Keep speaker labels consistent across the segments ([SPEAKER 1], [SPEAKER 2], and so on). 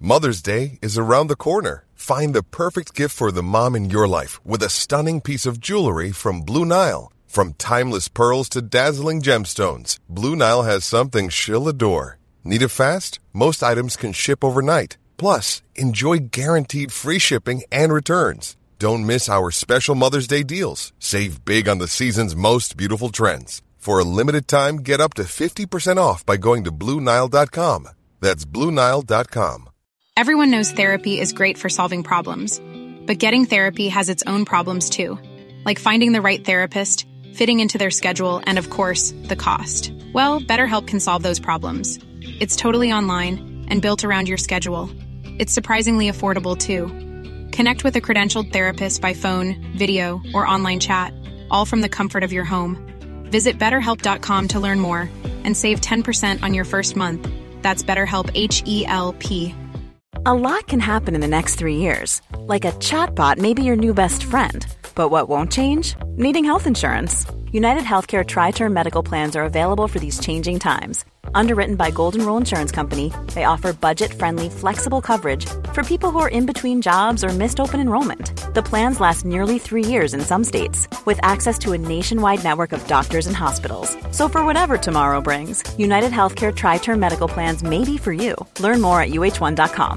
[SPEAKER 1] Mother's Day is around the corner. Find the perfect gift for the mom in your life with a stunning piece of jewelry from Blue Nile. From timeless pearls to dazzling gemstones, Blue Nile has something she'll adore. Need it fast? Most items can ship overnight. Plus, enjoy guaranteed free shipping and returns. Don't miss our special Mother's Day deals. Save big on the season's most beautiful trends. For a limited time, get up to 50% off by going to BlueNile.com. That's BlueNile.com.
[SPEAKER 2] Everyone knows therapy is great for solving problems. But getting therapy has its own problems too. Like finding the right therapist, fitting into their schedule, and of course, the cost. Well, BetterHelp can solve those problems. It's totally online and built around your schedule. It's surprisingly affordable too. Connect with a credentialed therapist by phone, video, or online chat, all from the comfort of your home. Visit BetterHelp.com to learn more and save 10% on your first month. That's BetterHelp, H-E-L-P.
[SPEAKER 3] A lot can happen in the next 3 years. Like a chatbot may be your new best friend. But what won't change? Needing health insurance. United Healthcare Tri-Term Medical Plans are available for these changing times. Underwritten by Golden Rule Insurance Company, they offer budget-friendly, flexible coverage for people who are in between jobs or missed open enrollment. The plans last nearly 3 years in some states, with access to a nationwide network of doctors and hospitals. So for whatever tomorrow brings, United Healthcare Tri-Term Medical Plans may be for you. Learn more at uh1.com.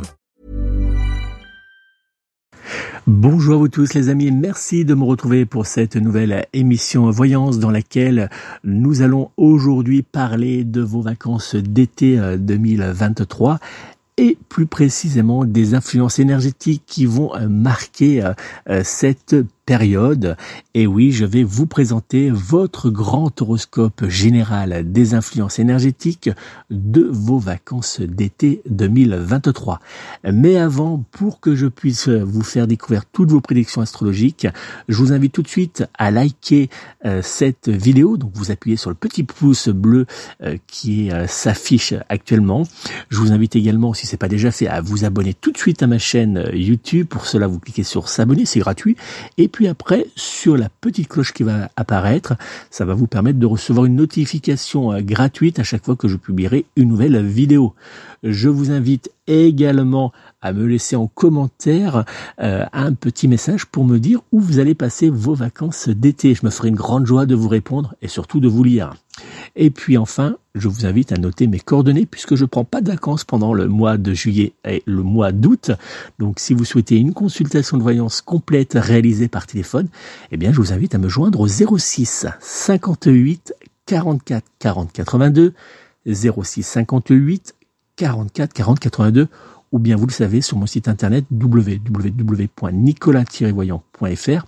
[SPEAKER 4] Bonjour à vous tous les amis, merci de me retrouver pour cette nouvelle émission Voyance dans laquelle nous allons aujourd'hui parler de vos vacances d'été 2023 et plus précisément des influences énergétiques qui vont marquer cette période. Et oui, je vais vous présenter votre grand horoscope général des influences énergétiques de vos vacances d'été 2023. Mais avant, pour que je puisse vous faire découvrir toutes vos prédictions astrologiques, je vous invite tout de suite à liker cette vidéo. Donc vous appuyez sur le petit pouce bleu qui s'affiche actuellement. Je vous invite également, si ce n'est pas déjà fait, à vous abonner tout de suite à ma chaîne YouTube. Pour cela, vous cliquez sur s'abonner, c'est gratuit. Et puis après, sur la petite cloche qui va apparaître, ça va vous permettre de recevoir une notification gratuite à chaque fois que je publierai une nouvelle vidéo. Je vous invite également à me laisser en commentaire un petit message pour me dire où vous allez passer vos vacances d'été. Je me ferai une grande joie de vous répondre et surtout de vous lire. Et puis enfin, je vous invite à noter mes coordonnées puisque je ne prends pas de vacances pendant le mois de juillet et le mois d'août. Donc si vous souhaitez une consultation de voyance complète réalisée par téléphone, eh bien je vous invite à me joindre au 06 58 44 40 82, 06 58 44 40 82, ou bien vous le savez sur mon site internet www.nicolas-voyant.fr,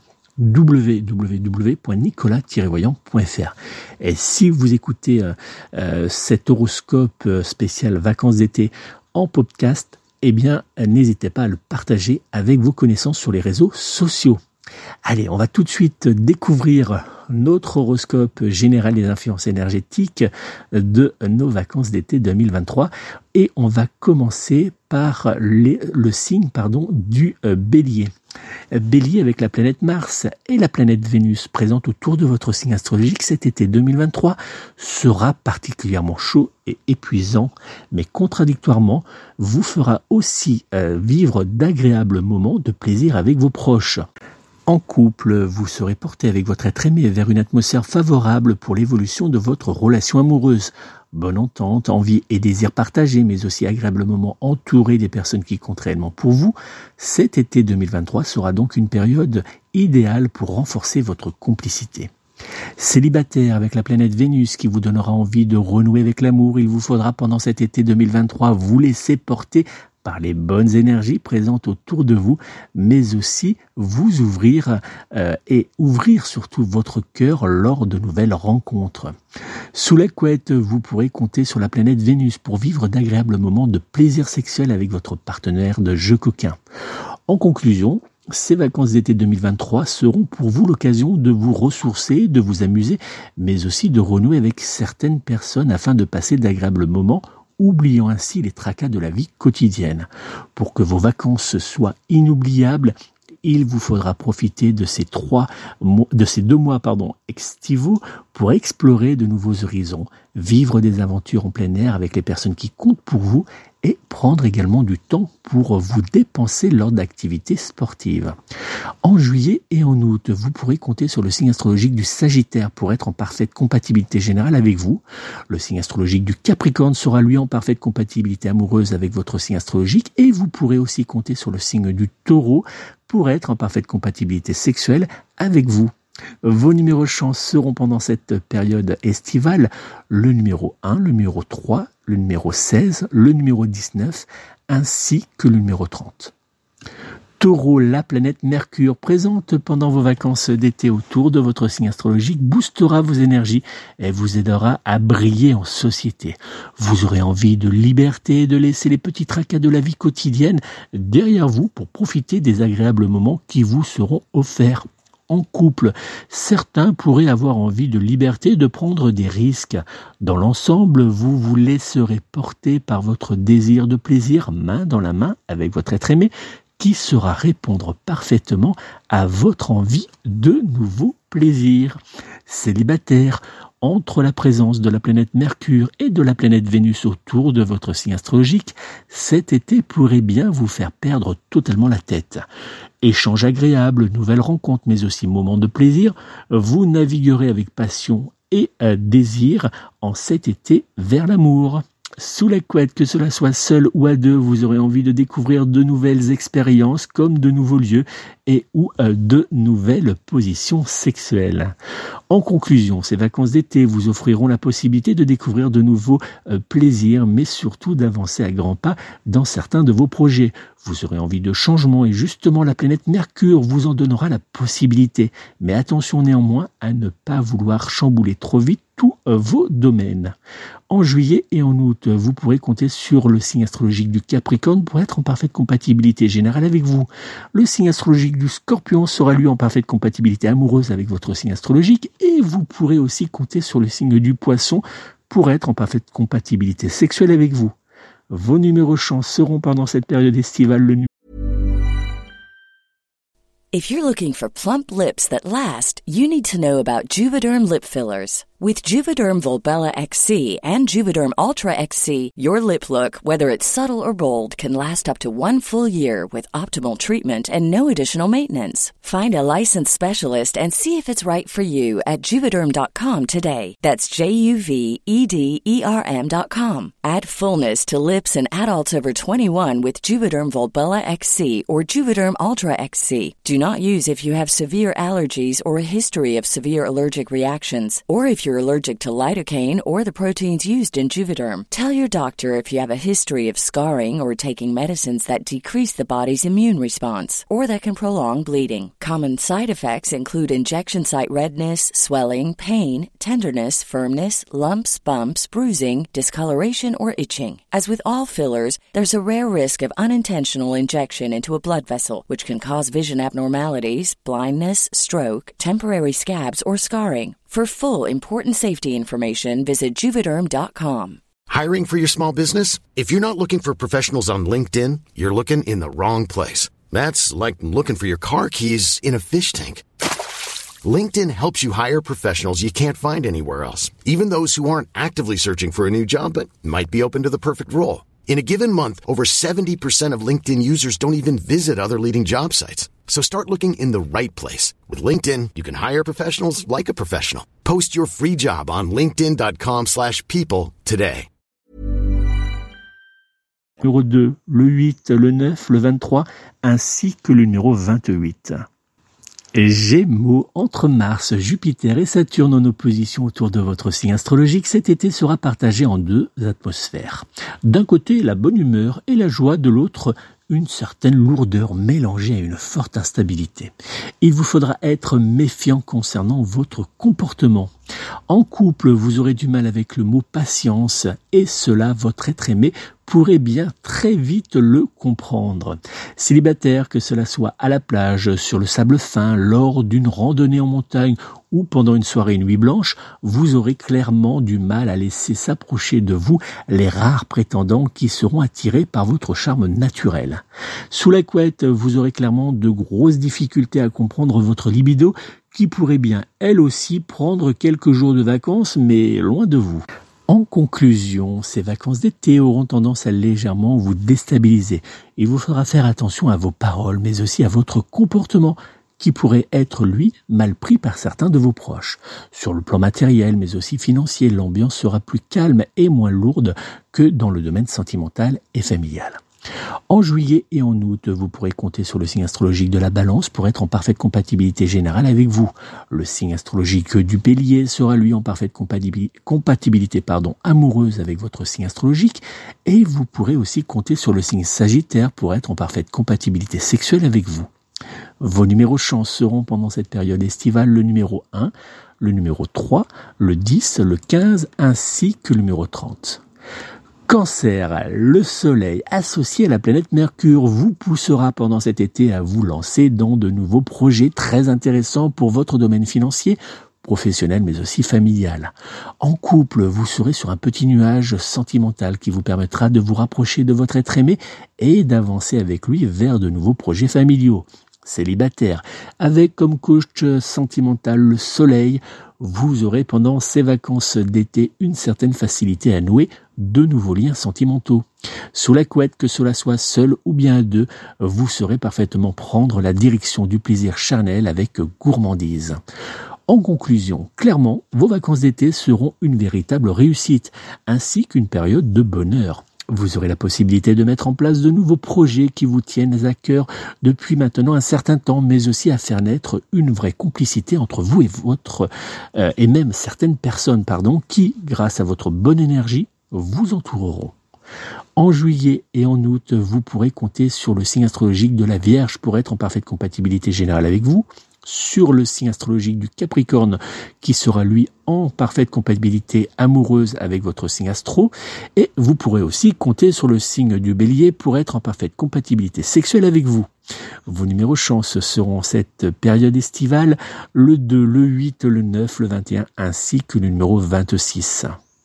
[SPEAKER 4] www.nicolas-voyant.fr. Et si vous écoutez cet horoscope spécial vacances d'été en podcast, eh bien n'hésitez pas à le partager avec vos connaissances sur les réseaux sociaux. Allez, on va tout de suite découvrir notre horoscope général des influences énergétiques de nos vacances d'été 2023 et on va commencer par le signe du Bélier. Bélier avec la planète Mars et la planète Vénus présente autour de votre signe astrologique cet été 2023 sera particulièrement chaud et épuisant, mais contradictoirement vous fera aussi vivre d'agréables moments de plaisir avec vos proches. En couple, vous serez porté avec votre être aimé vers une atmosphère favorable pour l'évolution de votre relation amoureuse. Bonne entente, envie et désir partagés, mais aussi agréable moment entouré des personnes qui comptent réellement pour vous. Cet été 2023 sera donc une période idéale pour renforcer votre complicité. Célibataire avec la planète Vénus qui vous donnera envie de renouer avec l'amour, il vous faudra pendant cet été 2023 vous laisser porter par les bonnes énergies présentes autour de vous, mais aussi vous ouvrir et ouvrir surtout votre cœur lors de nouvelles rencontres. Sous la couette, vous pourrez compter sur la planète Vénus pour vivre d'agréables moments de plaisir sexuel avec votre partenaire de jeu coquin. En conclusion, ces vacances d'été 2023 seront pour vous l'occasion de vous ressourcer, de vous amuser, mais aussi de renouer avec certaines personnes afin de passer d'agréables moments, oubliant ainsi les tracas de la vie quotidienne. Pour que vos vacances soient inoubliables, il vous faudra profiter de ces 2 mois estivaux pour explorer de nouveaux horizons, vivre des aventures en plein air avec les personnes qui comptent pour vous et prendre également du temps pour vous dépenser lors d'activités sportives. En juillet et en août, vous pourrez compter sur le signe astrologique du Sagittaire pour être en parfaite compatibilité générale avec vous. Le signe astrologique du Capricorne sera lui en parfaite compatibilité amoureuse avec votre signe astrologique et vous pourrez aussi compter sur le signe du Taureau pour être en parfaite compatibilité sexuelle avec vous. Vos numéros chance seront pendant cette période estivale le numéro 1, le numéro 3, le numéro 16, le numéro 19 ainsi que le numéro 30. Taureau, la planète Mercure présente pendant vos vacances d'été autour de votre signe astrologique boostera vos énergies et vous aidera à briller en société. Vous aurez envie de liberté et de laisser les petits tracas de la vie quotidienne derrière vous pour profiter des agréables moments qui vous seront offerts. En couple, certains pourraient avoir envie de liberté et de prendre des risques. Dans l'ensemble, vous vous laisserez porter par votre désir de plaisir main dans la main avec votre être aimé qui saura répondre parfaitement à votre envie de nouveaux plaisirs. Célibataire, entre la présence de la planète Mercure et de la planète Vénus autour de votre signe astrologique, cet été pourrait bien vous faire perdre totalement la tête. Échanges agréables, nouvelles rencontres, mais aussi moments de plaisir, vous naviguerez avec passion et désir en cet été vers l'amour. Sous la couette, que cela soit seul ou à deux, vous aurez envie de découvrir de nouvelles expériences comme de nouveaux lieux et ou de nouvelles positions sexuelles. En conclusion, ces vacances d'été vous offriront la possibilité de découvrir de nouveaux plaisirs, mais surtout d'avancer à grands pas dans certains de vos projets. Vous aurez envie de changement et justement la planète Mercure vous en donnera la possibilité. Mais attention néanmoins à ne pas vouloir chambouler trop vite tous vos domaines. En juillet et en août, vous pourrez compter sur le signe astrologique du Capricorne pour être en parfaite compatibilité générale avec vous. Le signe astrologique du Scorpion sera lui en parfaite compatibilité amoureuse avec votre signe astrologique et vous pourrez aussi compter sur le signe du Poisson pour être en parfaite compatibilité sexuelle avec vous. Vos numéros chance seront pendant cette période estivale le numéro.
[SPEAKER 5] If you're looking for plump lips that last, you need to know about Juvederm lip fillers. With Juvederm Volbella XC and Juvederm Ultra XC, your lip look, whether it's subtle or bold, can last up to 1 full year with optimal treatment and no additional maintenance. Find a licensed specialist and see if it's right for you at Juvederm.com today. That's JUVEDERM.com. Add fullness to lips in adults over 21 with Juvederm Volbella XC or Juvederm Ultra XC. Do not use if you have severe allergies or a history of severe allergic reactions, or if you're allergic to lidocaine or the proteins used in Juvederm. Tell your doctor if you have a history of scarring or taking medicines that decrease the body's immune response or that can prolong bleeding. Common side effects include injection site redness, swelling, pain, tenderness, firmness, lumps, bumps, bruising, discoloration, or itching. As with all fillers, there's a rare risk of unintentional injection into a blood vessel, which can cause vision abnormalities, blindness, stroke, temporary scabs, or scarring. For full important safety information, visit Juvederm.com.
[SPEAKER 6] Hiring for your small business? If you're not looking for professionals on LinkedIn, you're looking in the wrong place. That's like looking for your car keys in a fish tank. LinkedIn helps you hire professionals you can't find anywhere else, even those who aren't actively searching for a new job but might be open to the perfect role. In a given month, over 70% of LinkedIn users don't even visit other leading job sites. So start looking in the right place. With LinkedIn, you can hire professionals like a professional. Post your free job on linkedin.com/people today.
[SPEAKER 4] Numéro 2, le 8, le 9, le 23, ainsi que le numéro 28. Gémeaux, entre Mars, Jupiter et Saturne en opposition autour de votre signe astrologique, cet été sera partagé en 2 atmosphères. D'un côté, la bonne humeur et la joie, de l'autre, une certaine lourdeur mélangée à une forte instabilité. Il vous faudra être méfiant concernant votre comportement. En couple, vous aurez du mal avec le mot patience et cela, votre être aimé pourrait bien très vite le comprendre. Célibataire, que cela soit à la plage, sur le sable fin, lors d'une randonnée en montagne ou pendant une soirée nuit blanche, vous aurez clairement du mal à laisser s'approcher de vous les rares prétendants qui seront attirés par votre charme naturel. Sous la couette, vous aurez clairement de grosses difficultés à comprendre votre libido qui pourrait bien, elle aussi, prendre quelques jours de vacances, mais loin de vous. En conclusion, ces vacances d'été auront tendance à légèrement vous déstabiliser. Il vous faudra faire attention à vos paroles, mais aussi à votre comportement, qui pourrait être, lui, mal pris par certains de vos proches. Sur le plan matériel, mais aussi financier, l'ambiance sera plus calme et moins lourde que dans le domaine sentimental et familial. En juillet et en août, vous pourrez compter sur le signe astrologique de la Balance pour être en parfaite compatibilité générale avec vous. Le signe astrologique du Bélier sera lui en parfaite compatibilité amoureuse avec votre signe astrologique, et vous pourrez aussi compter sur le signe Sagittaire pour être en parfaite compatibilité sexuelle avec vous. Vos numéros chance seront pendant cette période estivale le numéro 1, le numéro 3, le 10, le 15 ainsi que le numéro 30. Cancer, le soleil associé à la planète Mercure vous poussera pendant cet été à vous lancer dans de nouveaux projets très intéressants pour votre domaine financier, professionnel mais aussi familial. En couple, vous serez sur un petit nuage sentimental qui vous permettra de vous rapprocher de votre être aimé et d'avancer avec lui vers de nouveaux projets familiaux. Célibataire, avec comme coach sentimental le soleil, vous aurez pendant ces vacances d'été une certaine facilité à nouer de nouveaux liens sentimentaux. Sous la couette, que cela soit seul ou bien à deux, vous saurez parfaitement prendre la direction du plaisir charnel avec gourmandise. En conclusion, clairement, vos vacances d'été seront une véritable réussite, ainsi qu'une période de bonheur. Vous aurez la possibilité de mettre en place de nouveaux projets qui vous tiennent à cœur depuis maintenant un certain temps, mais aussi à faire naître une vraie complicité entre vous et même certaines personnes, qui, grâce à votre bonne énergie, vous entoureront. En juillet et en août, vous pourrez compter sur le signe astrologique de la Vierge pour être en parfaite compatibilité générale avec vous, sur le signe astrologique du Capricorne qui sera lui en parfaite compatibilité amoureuse avec votre signe astro, et vous pourrez aussi compter sur le signe du Bélier pour être en parfaite compatibilité sexuelle avec vous. Vos numéros chance seront en cette période estivale le 2, le 8, le 9, le 21 ainsi que le numéro 26.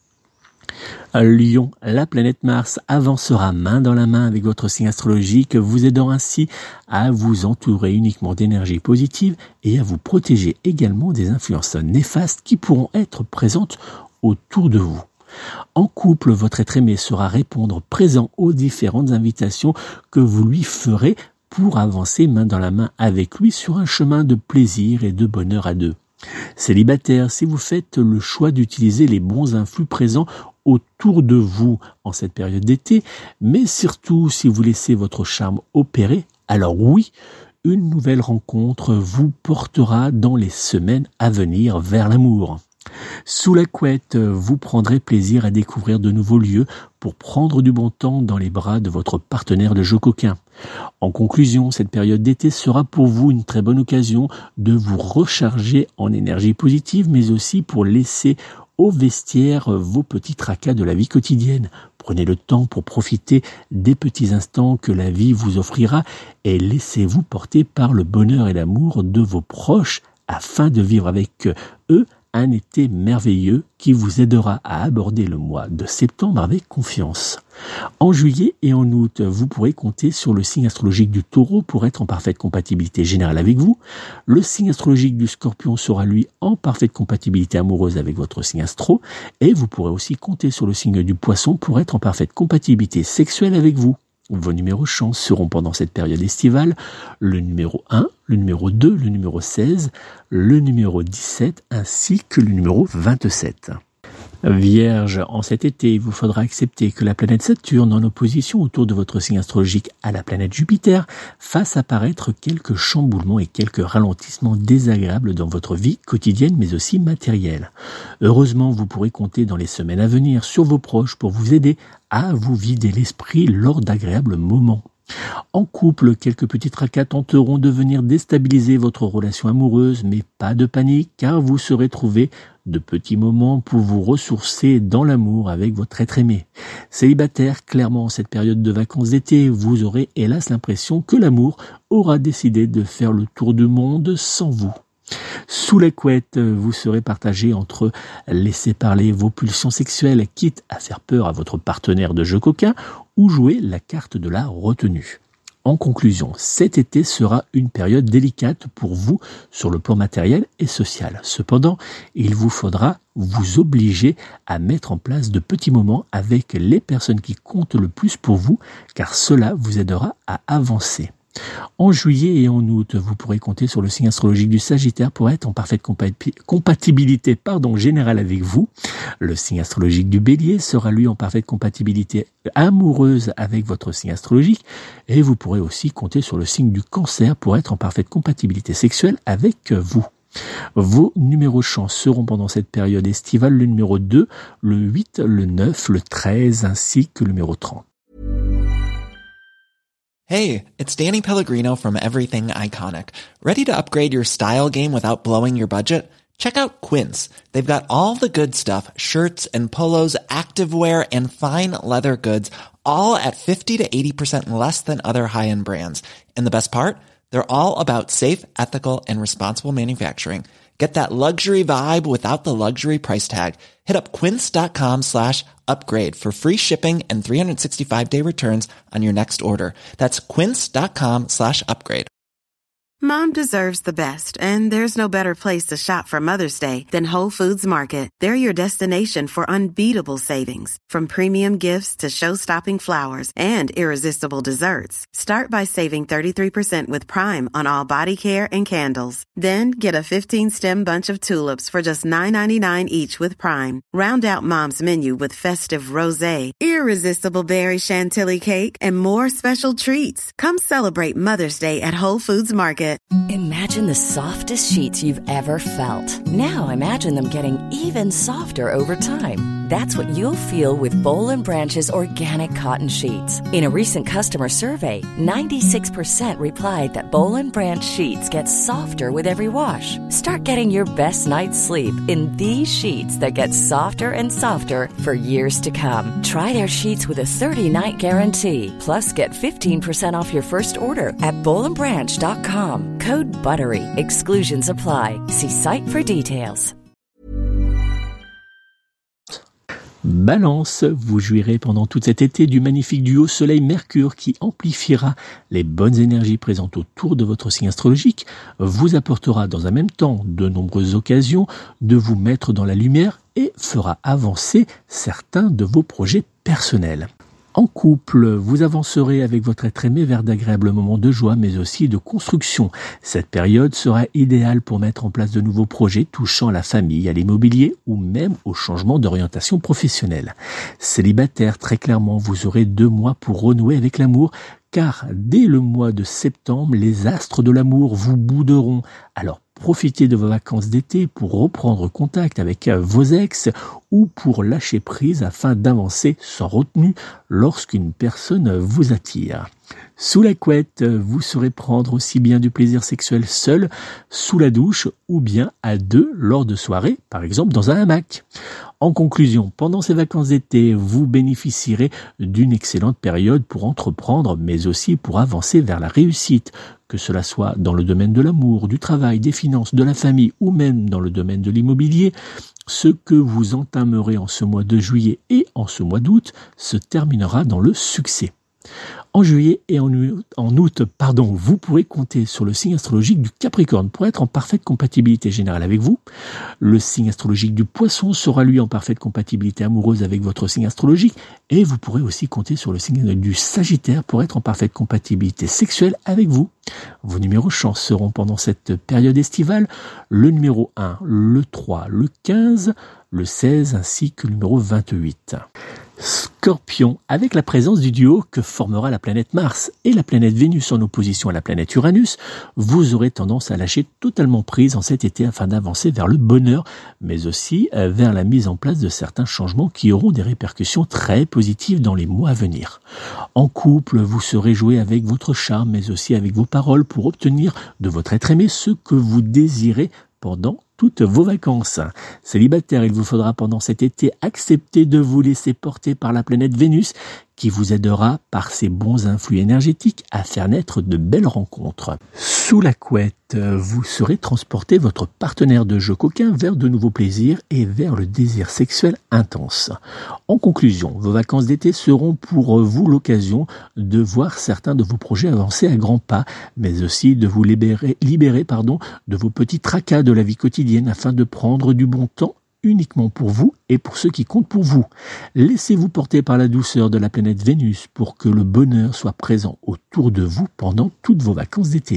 [SPEAKER 4] Lion, la planète Mars avancera main dans la main avec votre signe astrologique, vous aidant ainsi à vous entourer uniquement d'énergie positive et à vous protéger également des influences néfastes qui pourront être présentes autour de vous. En couple, votre être aimé saura répondre présent aux différentes invitations que vous lui ferez pour avancer main dans la main avec lui sur un chemin de plaisir et de bonheur à deux. Célibataire, si vous faites le choix d'utiliser les bons influx présents autour de vous en cette période d'été, mais surtout si vous laissez votre charme opérer, alors oui, une nouvelle rencontre vous portera dans les semaines à venir vers l'amour. Sous la couette, vous prendrez plaisir à découvrir de nouveaux lieux pour prendre du bon temps dans les bras de votre partenaire de jeu coquin. En conclusion, cette période d'été sera pour vous une très bonne occasion de vous recharger en énergie positive, mais aussi pour laisser au vestiaire vos petits tracas de la vie quotidienne. Prenez le temps pour profiter des petits instants que la vie vous offrira et laissez-vous porter par le bonheur et l'amour de vos proches afin de vivre avec eux un été merveilleux qui vous aidera à aborder le mois de septembre avec confiance. En juillet et en août, vous pourrez compter sur le signe astrologique du Taureau pour être en parfaite compatibilité générale avec vous. Le signe astrologique du Scorpion sera lui en parfaite compatibilité amoureuse avec votre signe astro. Et vous pourrez aussi compter sur le signe du Poisson pour être en parfaite compatibilité sexuelle avec vous. Vos numéros chance seront pendant cette période estivale le numéro 1, le numéro 2, le numéro 16, le numéro 17 ainsi que le numéro 27. Vierge, en cet été, il vous faudra accepter que la planète Saturne, en opposition autour de votre signe astrologique à la planète Jupiter, fasse apparaître quelques chamboulements et quelques ralentissements désagréables dans votre vie quotidienne, mais aussi matérielle. Heureusement, vous pourrez compter dans les semaines à venir sur vos proches pour vous aider à vous vider l'esprit lors d'agréables moments. En couple, quelques petits tracas tenteront de venir déstabiliser votre relation amoureuse, mais pas de panique car vous saurez trouver de petits moments pour vous ressourcer dans l'amour avec votre être aimé. Célibataire, clairement en cette période de vacances d'été, vous aurez hélas l'impression que l'amour aura décidé de faire le tour du monde sans vous. Sous la couette, vous serez partagé entre laisser parler vos pulsions sexuelles, quitte à faire peur à votre partenaire de jeu coquin, ou jouer la carte de la retenue. En conclusion, cet été sera une période délicate pour vous sur le plan matériel et social. Cependant, il vous faudra vous obliger à mettre en place de petits moments avec les personnes qui comptent le plus pour vous, car cela vous aidera à avancer. En juillet et en août, vous pourrez compter sur le signe astrologique du Sagittaire pour être en parfaite compatibilité générale avec vous. Le signe astrologique du Bélier sera lui en parfaite compatibilité amoureuse avec votre signe astrologique, et vous pourrez aussi compter sur le signe du Cancer pour être en parfaite compatibilité sexuelle avec vous. Vos numéros chance seront pendant cette période estivale le numéro 2, le 8, le 9, le 13 ainsi que le numéro 30.
[SPEAKER 7] Hey, it's Danny Pellegrino from Everything Iconic. Ready to upgrade your style game without blowing your budget? Check out Quince. They've got all the good stuff, shirts and polos, activewear, and fine leather goods, all at 50 to 80% less than other high-end brands. And the best part? They're all about safe, ethical, and responsible manufacturing. Get that luxury vibe without the luxury price tag. Hit up quince.com/upgrade for free shipping and 365-day returns on your next order. That's quince.com/upgrade.
[SPEAKER 8] Mom deserves the best, and there's no better place to shop for Mother's Day than Whole Foods Market. They're your destination for unbeatable savings, from premium gifts to show-stopping flowers and irresistible desserts. Start by saving 33% with Prime on all body care and candles. Then get a 15-stem bunch of tulips for just $9.99 each with Prime. Round out Mom's menu with festive rosé, irresistible berry chantilly cake, and more special treats. Come celebrate Mother's Day at Whole Foods Market.
[SPEAKER 5] Imagine the softest sheets you've ever felt. Now imagine them getting even softer over time. That's what you'll feel with Boll & Branch's organic cotton sheets. In a recent customer survey, 96% replied that Boll & Branch sheets get softer with every wash. Start getting your best night's sleep in these sheets that get softer and softer for years to come. Try their sheets with a 30-night guarantee. Plus, get 15% off your first order at bollandbranch.com. Code BUTTERY. Exclusions apply. See site for details.
[SPEAKER 4] Balance, vous jouirez pendant tout cet été du magnifique duo Soleil-Mercure qui amplifiera les bonnes énergies présentes autour de votre signe astrologique, vous apportera dans un même temps de nombreuses occasions de vous mettre dans la lumière et fera avancer certains de vos projets personnels. En couple, vous avancerez avec votre être aimé vers d'agréables moments de joie, mais aussi de construction. Cette période sera idéale pour mettre en place de nouveaux projets touchant à la famille, à l'immobilier ou même au changement d'orientation professionnelle. Célibataire, très clairement, vous aurez 2 mois pour renouer avec l'amour, car dès le mois de septembre, les astres de l'amour vous bouderont. Alors profitez de vos vacances d'été pour reprendre contact avec vos ex ou pour lâcher prise afin d'avancer sans retenue lorsqu'une personne vous attire. Sous la couette, vous saurez prendre aussi bien du plaisir sexuel seul, sous la douche ou bien à 2 lors de soirées, par exemple dans un hamac. En conclusion, pendant ces vacances d'été, vous bénéficierez d'une excellente période pour entreprendre, mais aussi pour avancer vers la réussite, que cela soit dans le domaine de l'amour, du travail, des finances, de la famille ou même dans le domaine de l'immobilier. Ce que vous entamerez en ce mois de juillet et en ce mois d'août se terminera dans le succès. En juillet et en août, vous pourrez compter sur le signe astrologique du Capricorne pour être en parfaite compatibilité générale avec vous. Le signe astrologique du Poisson sera lui en parfaite compatibilité amoureuse avec votre signe astrologique et vous pourrez aussi compter sur le signe du Sagittaire pour être en parfaite compatibilité sexuelle avec vous. Vos numéros chance seront pendant cette période estivale le numéro 1, le 3, le 15, le 16 ainsi que le numéro 28. Scorpion, avec la présence du duo que formera la planète Mars et la planète Vénus en opposition à la planète Uranus, vous aurez tendance à lâcher totalement prise en cet été afin d'avancer vers le bonheur, mais aussi vers la mise en place de certains changements qui auront des répercussions très positives dans les mois à venir. En couple, vous saurez jouer avec votre charme, mais aussi avec vos paroles pour obtenir de votre être aimé ce que vous désirez pendant toutes vos vacances. Célibataire, il vous faudra pendant cet été accepter de vous laisser porter par la planète Vénus qui vous aidera par ses bons influx énergétiques à faire naître de belles rencontres. Sous la couette, vous serez transporter votre partenaire de jeu coquin vers de nouveaux plaisirs et vers le désir sexuel intense. En conclusion, vos vacances d'été seront pour vous l'occasion de voir certains de vos projets avancer à grands pas, mais aussi de vous libérer de vos petits tracas de la vie quotidienne afin de prendre du bon temps uniquement pour vous et pour ceux qui comptent pour vous. Laissez-vous porter par la douceur de la planète Vénus pour que le bonheur soit présent autour de vous pendant toutes vos vacances d'été.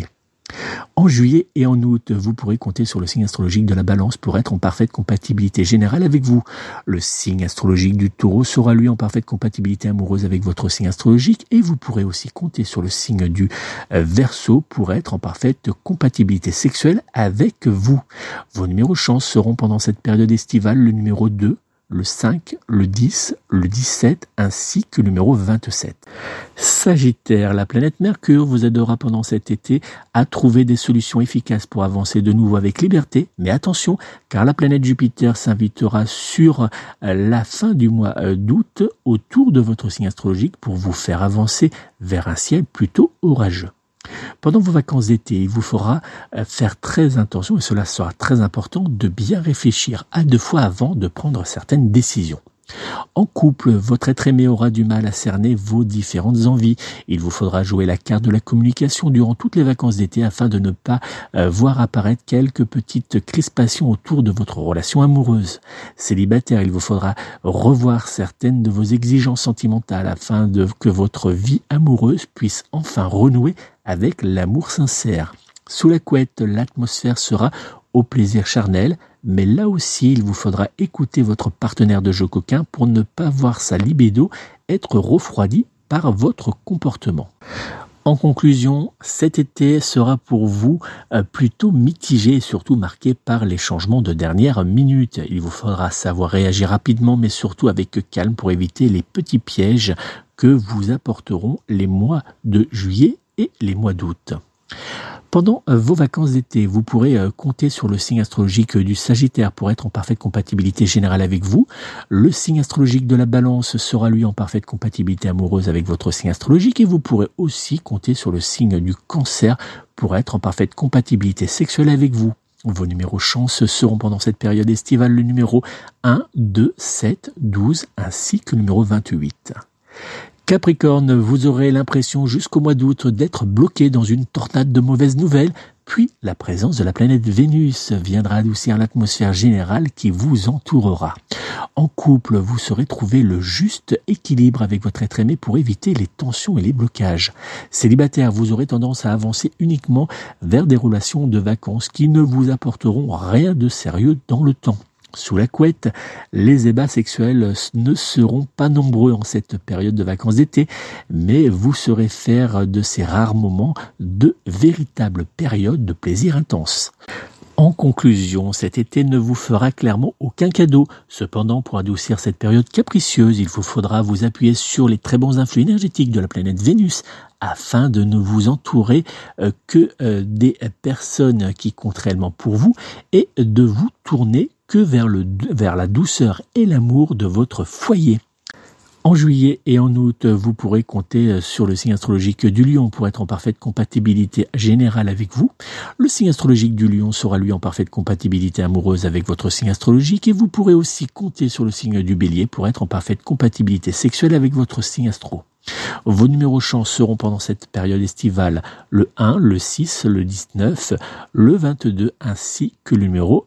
[SPEAKER 4] En juillet et en août, vous pourrez compter sur le signe astrologique de la Balance pour être en parfaite compatibilité générale avec vous. Le signe astrologique du Taureau sera lui en parfaite compatibilité amoureuse avec votre signe astrologique et vous pourrez aussi compter sur le signe du Verseau pour être en parfaite compatibilité sexuelle avec vous. Vos numéros chance seront pendant cette période estivale le numéro 2, le 5, le 10, le 17 ainsi que le numéro 27. Sagittaire, la planète Mercure vous aidera pendant cet été à trouver des solutions efficaces pour avancer de nouveau avec liberté, mais attention car la planète Jupiter s'invitera sur la fin du mois d'août autour de votre signe astrologique pour vous faire avancer vers un ciel plutôt orageux. Pendant vos vacances d'été, il vous faudra faire très attention, et cela sera très important, de bien réfléchir à 2 fois avant de prendre certaines décisions. En couple, votre être aimé aura du mal à cerner vos différentes envies. Il vous faudra jouer la carte de la communication durant toutes les vacances d'été afin de ne pas voir apparaître quelques petites crispations autour de votre relation amoureuse. Célibataire, il vous faudra revoir certaines de vos exigences sentimentales afin que votre vie amoureuse puisse enfin renouer avec l'amour sincère. Sous la couette, l'atmosphère sera au plaisir charnel, mais là aussi, il vous faudra écouter votre partenaire de jeu coquin pour ne pas voir sa libido être refroidie par votre comportement. En conclusion, cet été sera pour vous plutôt mitigé et surtout marqué par les changements de dernière minute. Il vous faudra savoir réagir rapidement mais surtout avec calme pour éviter les petits pièges que vous apporteront les mois de juillet et les mois d'août. Pendant vos vacances d'été, vous pourrez compter sur le signe astrologique du Sagittaire pour être en parfaite compatibilité générale avec vous. Le signe astrologique de la Balance sera lui en parfaite compatibilité amoureuse avec votre signe astrologique et vous pourrez aussi compter sur le signe du Cancer pour être en parfaite compatibilité sexuelle avec vous. Vos numéros chance seront pendant cette période estivale le numéro 1, 2, 7, 12 ainsi que le numéro 28. Capricorne, vous aurez l'impression jusqu'au mois d'août d'être bloqué dans une tornade de mauvaises nouvelles, puis la présence de la planète Vénus viendra adoucir l'atmosphère générale qui vous entourera. En couple, vous saurez trouver le juste équilibre avec votre être aimé pour éviter les tensions et les blocages. Célibataire, vous aurez tendance à avancer uniquement vers des relations de vacances qui ne vous apporteront rien de sérieux dans le temps. Sous la couette, les ébats sexuels ne seront pas nombreux en cette période de vacances d'été, mais vous saurez faire de ces rares moments de véritables périodes de plaisir intense. En conclusion, cet été ne vous fera clairement aucun cadeau. Cependant, pour adoucir cette période capricieuse, il vous faudra vous appuyer sur les très bons influx énergétiques de la planète Vénus afin de ne vous entourer que des personnes qui comptent réellement pour vous et de vous tourner que vers la douceur et l'amour de votre foyer. En juillet et en août, vous pourrez compter sur le signe astrologique du Lion pour être en parfaite compatibilité générale avec vous. Le signe astrologique du Lion sera lui en parfaite compatibilité amoureuse avec votre signe astrologique et vous pourrez aussi compter sur le signe du Bélier pour être en parfaite compatibilité sexuelle avec votre signe astro. Vos numéros chance seront pendant cette période estivale le 1, le 6, le 19, le 22 ainsi que le numéro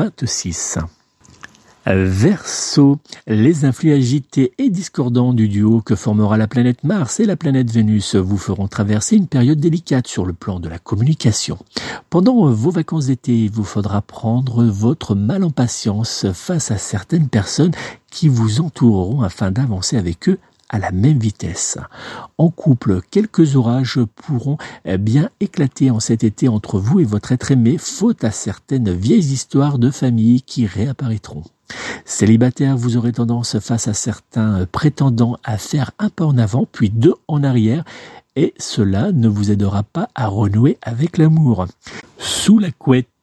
[SPEAKER 4] 26. Verseau, les influx agités et discordants du duo que formera la planète Mars et la planète Vénus vous feront traverser une période délicate sur le plan de la communication. Pendant vos vacances d'été, il vous faudra prendre votre mal en patience face à certaines personnes qui vous entoureront afin d'avancer avec eux à la même vitesse. En couple, quelques orages pourront bien éclater en cet été entre vous et votre être aimé, faute à certaines vieilles histoires de famille qui réapparaîtront. Célibataire, vous aurez tendance face à certains prétendants à faire un pas en avant puis 2 en arrière et cela ne vous aidera pas à renouer avec l'amour. Sous la couette,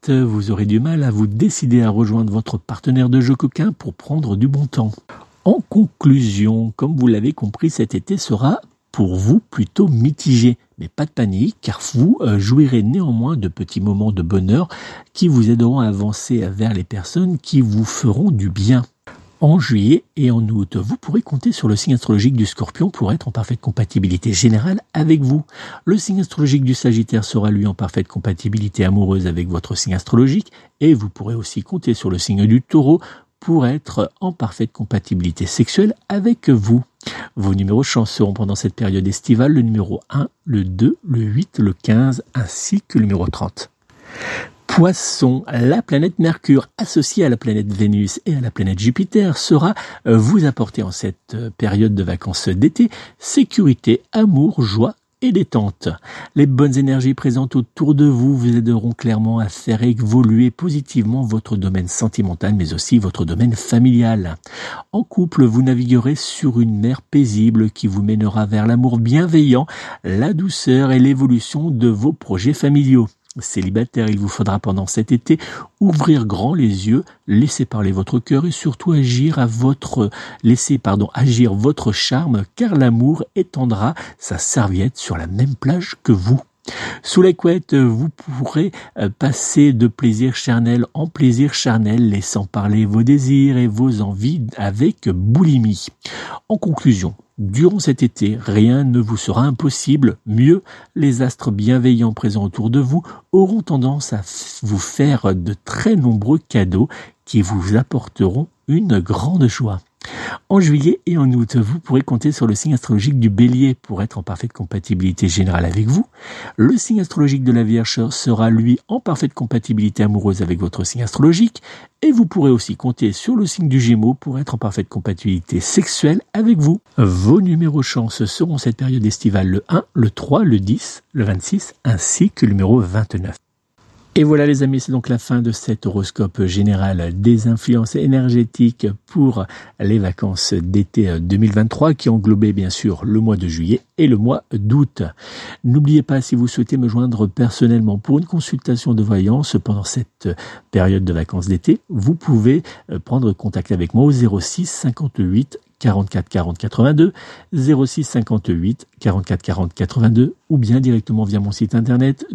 [SPEAKER 4] Peut-être vous aurez du mal à vous décider à rejoindre votre partenaire de jeu coquin pour prendre du bon temps. En conclusion, comme vous l'avez compris, cet été sera pour vous plutôt mitigé. Mais pas de panique, car vous jouirez néanmoins de petits moments de bonheur qui vous aideront à avancer vers les personnes qui vous feront du bien. En juillet et en août, vous pourrez compter sur le signe astrologique du Scorpion pour être en parfaite compatibilité générale avec vous. Le signe astrologique du Sagittaire sera lui en parfaite compatibilité amoureuse avec votre signe astrologique et vous pourrez aussi compter sur le signe du Taureau pour être en parfaite compatibilité sexuelle avec vous. Vos numéros chance seront pendant cette période estivale le numéro 1, le 2, le 8, le 15 ainsi que le numéro 30. Poisson, la planète Mercure associée à la planète Vénus et à la planète Jupiter sera vous apporter en cette période de vacances d'été sécurité, amour, joie et détente. Les bonnes énergies présentes autour de vous vous aideront clairement à faire évoluer positivement votre domaine sentimental mais aussi votre domaine familial. En couple, vous naviguerez sur une mer paisible qui vous mènera vers l'amour bienveillant, la douceur et l'évolution de vos projets familiaux. Célibataire, il vous faudra pendant cet été ouvrir grand les yeux, laisser parler votre cœur et surtout laisser votre charme car l'amour étendra sa serviette sur la même plage que vous. Sous la couette, vous pourrez passer de plaisir charnel en plaisir charnel, laissant parler vos désirs et vos envies avec boulimie. En conclusion, durant cet été, rien ne vous sera impossible. Mieux, les astres bienveillants présents autour de vous auront tendance à vous faire de très nombreux cadeaux qui vous apporteront une grande joie. En juillet et en août, vous pourrez compter sur le signe astrologique du Bélier pour être en parfaite compatibilité générale avec vous. Le signe astrologique de la Vierge sera lui en parfaite compatibilité amoureuse avec votre signe astrologique et vous pourrez aussi compter sur le signe du Gémeaux pour être en parfaite compatibilité sexuelle avec vous. Vos numéros chance seront cette période estivale le 1, le 3, le 10, le 26 ainsi que le numéro 29. Et voilà les amis, c'est donc la fin de cet horoscope général des influences énergétiques pour les vacances d'été 2023 qui englobait bien sûr le mois de juillet et le mois d'août. N'oubliez pas, si vous souhaitez me joindre personnellement pour une consultation de voyance pendant cette période de vacances d'été, vous pouvez prendre contact avec moi au 06 58 44 40 82, 06 58 44 40 82 ou bien directement via mon site internet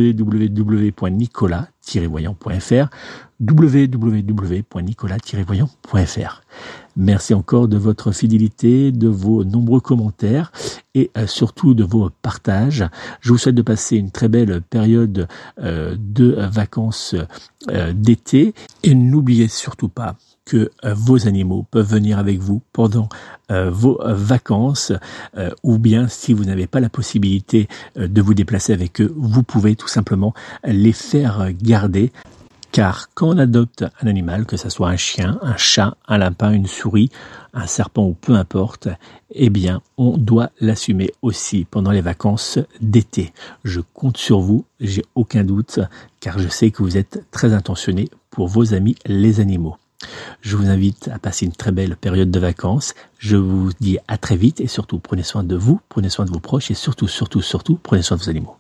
[SPEAKER 4] www.nicolas-voyant.fr www.nicolas-voyant.fr. Merci encore de votre fidélité, de vos nombreux commentaires et surtout de vos partages. Je vous souhaite de passer une très belle période de vacances d'été et n'oubliez surtout pas que vos animaux peuvent venir avec vous pendant vos vacances ou bien si vous n'avez pas la possibilité de vous déplacer avec eux, vous pouvez tout simplement les faire garder. Car quand on adopte un animal, que ce soit un chien, un chat, un lapin, une souris, un serpent ou peu importe, eh bien, on doit l'assumer aussi pendant les vacances d'été. Je compte sur vous, j'ai aucun doute, car je sais que vous êtes très intentionnés pour vos amis les animaux. Je vous invite à passer une très belle période de vacances. Je vous dis à très vite et surtout prenez soin de vous, prenez soin de vos proches et surtout, prenez soin de vos animaux.